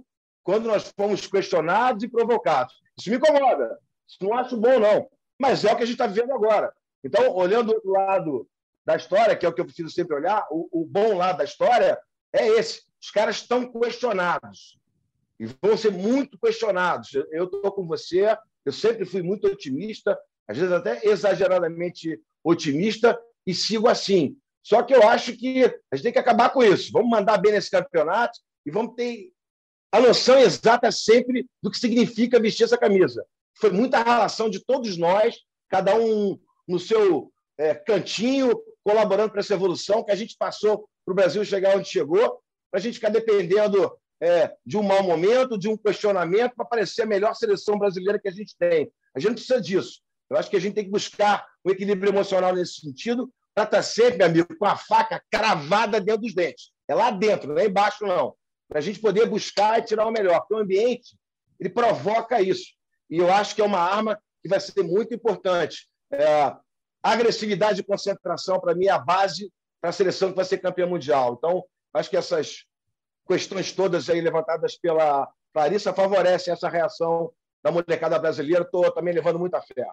quando nós fomos questionados e provocados. Isso me incomoda. Isso não acho bom, não. Mas é o que a gente está vivendo agora. Então, olhando do outro lado da história, que é o que eu preciso sempre olhar, o, o bom lado da história é esse. Os caras estão questionados. E vão ser muito questionados. Eu estou com você, eu sempre fui muito otimista, às vezes até exageradamente otimista, e sigo assim. Só que eu acho que a gente tem que acabar com isso. Vamos mandar bem nesse campeonato e vamos ter a noção exata sempre do que significa vestir essa camisa. Foi muita relação de todos nós, cada um no seu é, cantinho, colaborando para essa evolução que a gente passou para o Brasil chegar onde chegou, para a gente ficar dependendo é, de um mau momento, de um questionamento, para parecer a melhor seleção brasileira que a gente tem. A gente não precisa disso. Eu acho que a gente tem que buscar um equilíbrio emocional nesse sentido, para estar sempre, meu amigo, com a faca cravada dentro dos dentes. É lá dentro, não é embaixo, não. Para a gente poder buscar e tirar o melhor. Porque o ambiente ele provoca isso. E eu acho que é uma arma que vai ser muito importante. É, agressividade e concentração, para mim, é a base para a seleção que vai ser campeã mundial. Então, acho que essas questões todas aí levantadas pela Clarissa favorecem essa reação da molecada brasileira. Estou também levando muita fé.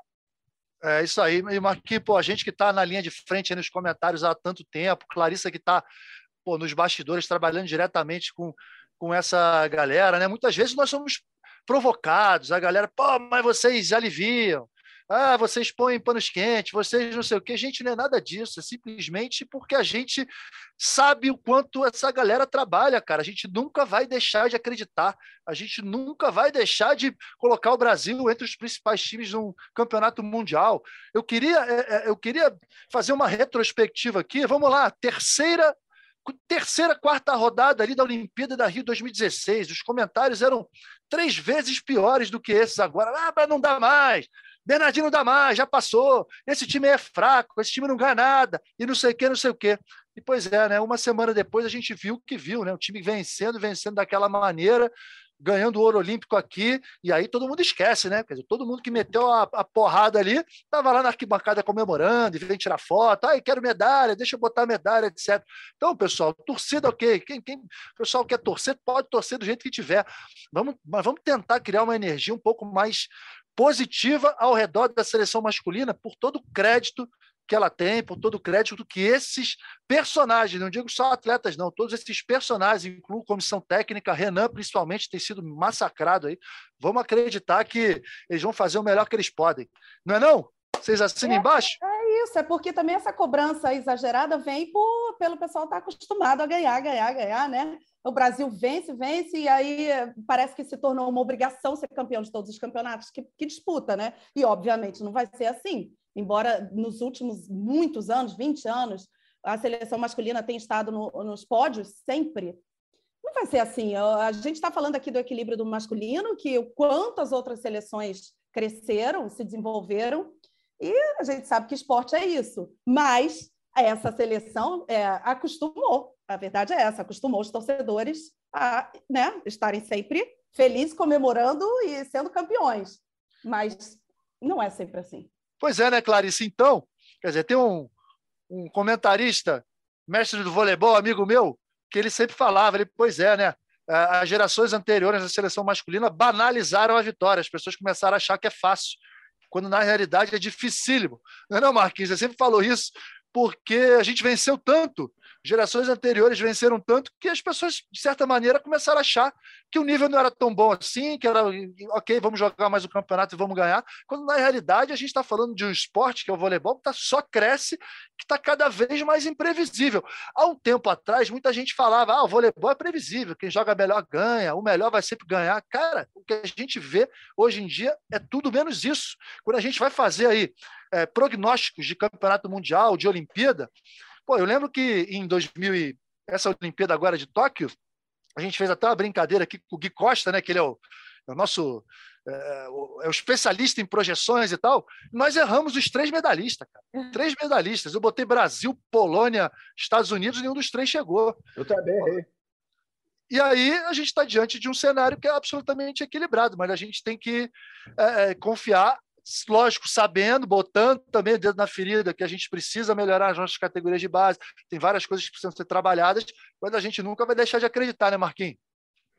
É isso aí. E, Marquinhos, pô, a gente que está na linha de frente aí nos comentários há tanto tempo, Clarissa que está nos bastidores trabalhando diretamente com, com essa galera, né? Muitas vezes nós somos provocados, a galera, pô, mas vocês aliviam, ah, vocês põem panos quentes, vocês não sei o quê. Gente, não é nada disso, é simplesmente porque a gente sabe o quanto essa galera trabalha, cara. A gente nunca vai deixar de acreditar, a gente nunca vai deixar de colocar o Brasil entre os principais times de um campeonato mundial. Eu queria, eu queria fazer uma retrospectiva aqui, vamos lá, terceira terceira, quarta rodada ali da Olimpíada da Rio dois mil e dezesseis, os comentários eram três vezes piores do que esses agora. Ah, mas não dá mais, Bernardinho não dá mais, já passou, esse time é fraco, esse time não ganha nada, e não sei o que, não sei o que. E pois é, né? Uma semana depois a gente viu o que viu, né? O time vencendo, vencendo daquela maneira, ganhando o ouro olímpico aqui, e aí todo mundo esquece, né? Quer dizer, todo mundo que meteu a, a porrada ali estava lá na arquibancada comemorando, e vem tirar foto, ai, quero medalha, deixa eu botar a medalha, etcétera. Então, pessoal, torcida, ok. Quem, quem, o pessoal quer torcer, pode torcer do jeito que tiver. Vamos, mas vamos tentar criar uma energia um pouco mais positiva ao redor da seleção masculina, por todo o crédito que ela tem, por todo o crédito que esses personagens, não digo só atletas não, todos esses personagens, incluo comissão técnica, Renan principalmente, tem sido massacrado aí. Vamos acreditar que eles vão fazer o melhor que eles podem. Não é não? Vocês assinam é, embaixo? É isso, é porque também essa cobrança exagerada vem por, pelo pessoal estar acostumado a ganhar, ganhar, ganhar, né? O Brasil vence, vence, e aí parece que se tornou uma obrigação ser campeão de todos os campeonatos que, que disputa, né? E, obviamente, não vai ser assim. Embora nos últimos muitos anos, vinte anos, a seleção masculina tenha estado no, nos pódios sempre, não vai ser assim. A gente está falando aqui do equilíbrio do masculino, que o quanto as outras seleções cresceram, se desenvolveram, e a gente sabe que esporte é isso. Mas essa seleção é, acostumou, a verdade é essa, acostumou os torcedores a, né, estarem sempre felizes, comemorando e sendo campeões. Mas não é sempre assim. Pois é, né, Clarice? Então, quer dizer, tem um, um comentarista, mestre do voleibol, amigo meu, que ele sempre falava, ele, pois é, né? As gerações anteriores da seleção masculina banalizaram a vitória, as pessoas começaram a achar que é fácil, quando na realidade é dificílimo. Não é não, Marquinhos? Você sempre falou isso, porque a gente venceu tanto, gerações anteriores venceram tanto, que as pessoas, de certa maneira, começaram a achar que o nível não era tão bom assim, que era, ok, vamos jogar mais o campeonato e vamos ganhar, quando na realidade a gente está falando de um esporte, que é o voleibol, que tá, só cresce, que está cada vez mais imprevisível. Há um tempo atrás, muita gente falava, ah, o voleibol é previsível, quem joga melhor ganha, o melhor vai sempre ganhar. Cara, o que a gente vê hoje em dia é tudo menos isso. Quando a gente vai fazer aí é, prognósticos de campeonato mundial, de Olimpíada, pô, eu lembro que em dois mil, e essa Olimpíada agora de Tóquio, a gente fez até uma brincadeira aqui com o Gui Costa, né, que ele é o, é o nosso é, o, é o especialista em projeções e tal. Nós erramos os três medalhistas, cara. Três medalhistas. Eu botei Brasil, Polônia, Estados Unidos, e nenhum dos três chegou. Eu também errei. E aí a gente está diante de um cenário que é absolutamente equilibrado, mas a gente tem que é, confiar, lógico, sabendo, botando também o dedo na ferida, que a gente precisa melhorar as nossas categorias de base, tem várias coisas que precisam ser trabalhadas, mas a gente nunca vai deixar de acreditar, né, Marquinhos?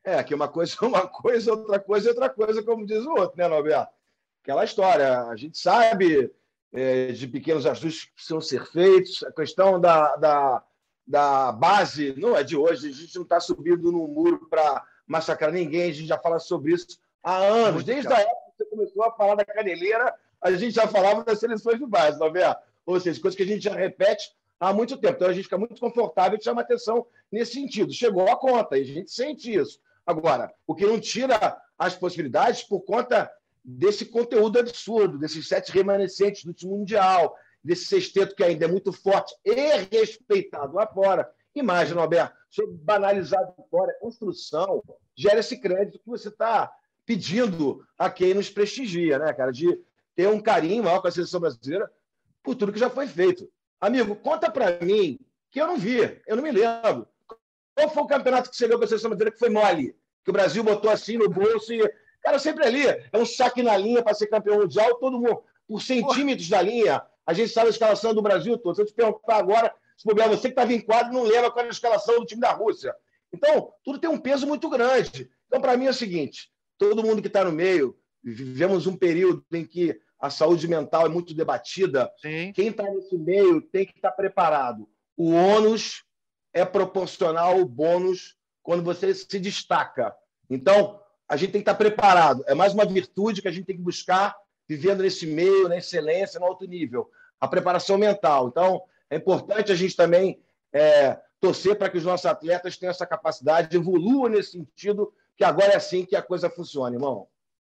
É, que uma coisa é uma coisa, outra coisa é outra coisa, como diz o outro, né, Norberto? Aquela história, a gente sabe é, de pequenos ajustes que precisam ser feitos, a questão da, da, da base não é de hoje, a gente não está subindo no muro para massacrar ninguém, a gente já fala sobre isso há anos, Muito desde caro. a época que você começou a falar da Caneleira, a gente já falava das seleções de base, Norberto? Ou seja, coisas que a gente já repete há muito tempo, então a gente fica muito confortável e chama atenção nesse sentido. Chegou a conta, e a gente sente isso. Agora, o que não tira as possibilidades por conta desse conteúdo absurdo, desses sete remanescentes do último Mundial, desse sexteto que ainda é muito forte e respeitado lá fora. Imagina, Alberto, sobre banalizar de fora, construção, gera esse crédito que você está pedindo a quem nos prestigia, né, cara? De ter um carinho maior com a seleção brasileira por tudo que já foi feito. Amigo, conta para mim, que eu não vi, eu não me lembro. Qual foi o campeonato que você ganhou com a seleção brasileira que foi mole? Que o Brasil botou assim no bolso e... Cara, sempre ali. É um saque na linha para ser campeão mundial, todo mundo por centímetros da linha. A gente sabe a escalação do Brasil todo. Se eu te perguntar agora, se puder, você que estava em quadro não lembra qual era a escalação do time da Rússia. Então, tudo tem um peso muito grande. Então, para mim é o seguinte, todo mundo que está no meio, vivemos um período em que a saúde mental é muito debatida. Sim. Quem está nesse meio tem que estar preparado. O ônus é proporcional ao bônus quando você se destaca. Então, a gente tem que estar preparado. É mais uma virtude que a gente tem que buscar vivendo nesse meio, na excelência, no alto nível. A preparação mental. Então, é importante a gente também é, torcer para que os nossos atletas tenham essa capacidade, evoluam nesse sentido, que agora é assim que a coisa funciona, irmão.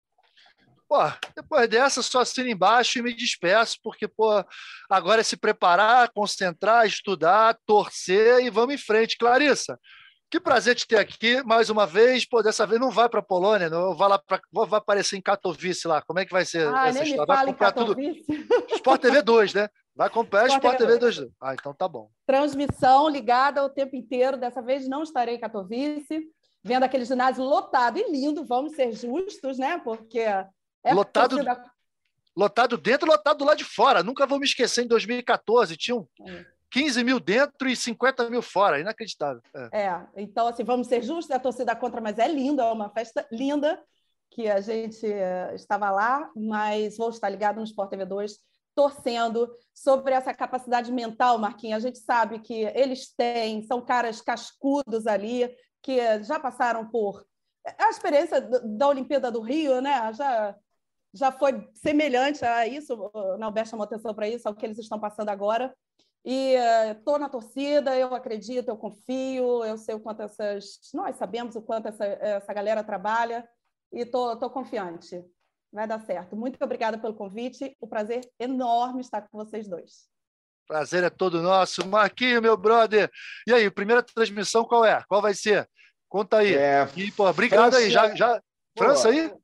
Pô, depois dessa, só assino embaixo e me despeço, porque, pô, agora é se preparar, concentrar, estudar, torcer e vamos em frente. Clarissa, que prazer te ter aqui mais uma vez. Pô, dessa vez não vai para a Polônia, não vai lá para, vai aparecer em Katowice lá. Como é que vai ser ah, essa nem história? Me vai comprar tudo. Sport T V dois, né? Vai comprar Sport, Sport T V dois. Ah, então tá bom. Transmissão ligada o tempo inteiro. Dessa vez não estarei em Katowice, vendo aquele ginásio lotado e lindo. Vamos ser justos, né? Porque é lotado, torcida... lotado dentro, lotado do lado de fora. Nunca vou me esquecer, em dois mil e quatorze tinham quinze mil dentro e cinquenta mil fora. Inacreditável. É. é, então assim, vamos ser justos, a torcida contra, mas é lindo, é uma festa linda que a gente uh, estava lá, mas vou estar ligado no Sport T V dois, torcendo sobre essa capacidade mental, Marquinhos. A gente sabe que eles têm, são caras cascudos ali, que já passaram por... A experiência da Olimpíada do Rio, né? Já... já foi semelhante a isso, o Nauber chamou atenção para isso, ao que eles estão passando agora. E estou uh, na torcida, eu acredito, eu confio, eu sei o quanto essas... Nós sabemos o quanto essa, essa galera trabalha e estou tô, tô confiante. Vai dar certo. Muito obrigada pelo convite. O prazer enorme estar com vocês dois. Prazer é todo nosso. Marquinhos, meu brother. E aí, primeira transmissão qual é? Qual vai ser? Conta aí. É, e, pô, obrigado França... aí. Já, já... França aí?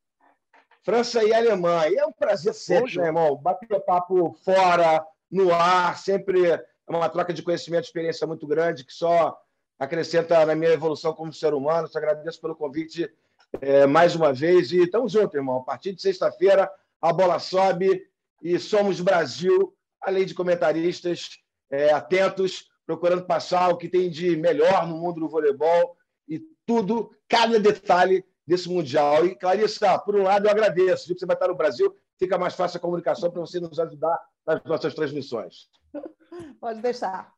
França e Alemanha. É um prazer sempre, meu irmão. Bater papo fora, no ar, sempre é uma troca de conhecimento, experiência muito grande, que só acrescenta na minha evolução como ser humano. Te agradeço pelo convite é, mais uma vez. E estamos juntos, irmão. A partir de sexta-feira, a bola sobe e somos Brasil, além de comentaristas é, atentos, procurando passar o que tem de melhor no mundo do voleibol e tudo, cada detalhe desse Mundial. E, Clarissa, por um lado, eu agradeço. Se você vai estar no Brasil, fica mais fácil a comunicação para você nos ajudar nas nossas transmissões. Pode deixar.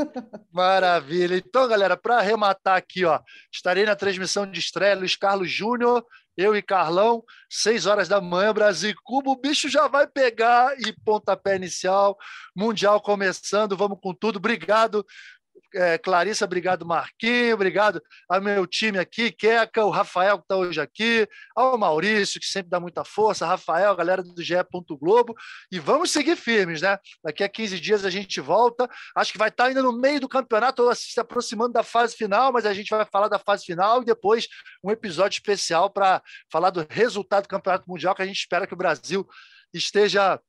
Maravilha. Então, galera, para arrematar aqui, ó, estarei na transmissão de estreia, Luiz Carlos Júnior, eu e Carlão, seis horas da manhã, Brasil e Cuba. O bicho já vai pegar e pontapé inicial, Mundial começando, vamos com tudo. Obrigado. É, Clarissa, obrigado, Marquinhos, obrigado ao meu time aqui, Queca, o Rafael que está hoje aqui, ao Maurício, que sempre dá muita força, Rafael, a galera do G E. Globo, e vamos seguir firmes, né? Daqui a quinze dias a gente volta, acho que vai estar ainda no meio do campeonato, se aproximando da fase final, mas a gente vai falar da fase final e depois um episódio especial para falar do resultado do Campeonato Mundial, que a gente espera que o Brasil esteja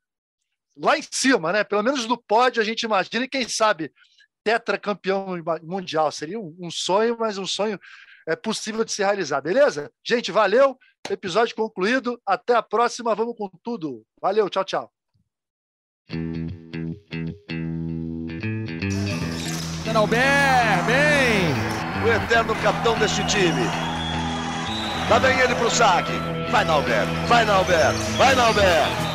lá em cima, né? Pelo menos no pódio a gente imagina, e quem sabe tetracampeão mundial. Seria um, um sonho, mas um sonho é possível de se realizar. Beleza? Gente, valeu. Episódio concluído. Até a próxima. Vamos com tudo. Valeu. Tchau, tchau. Albert, bem! O eterno capitão deste time. Lá vem ele pro saque. Vai, Nalberto. Vai, Nalberto. Vai, Nalberto.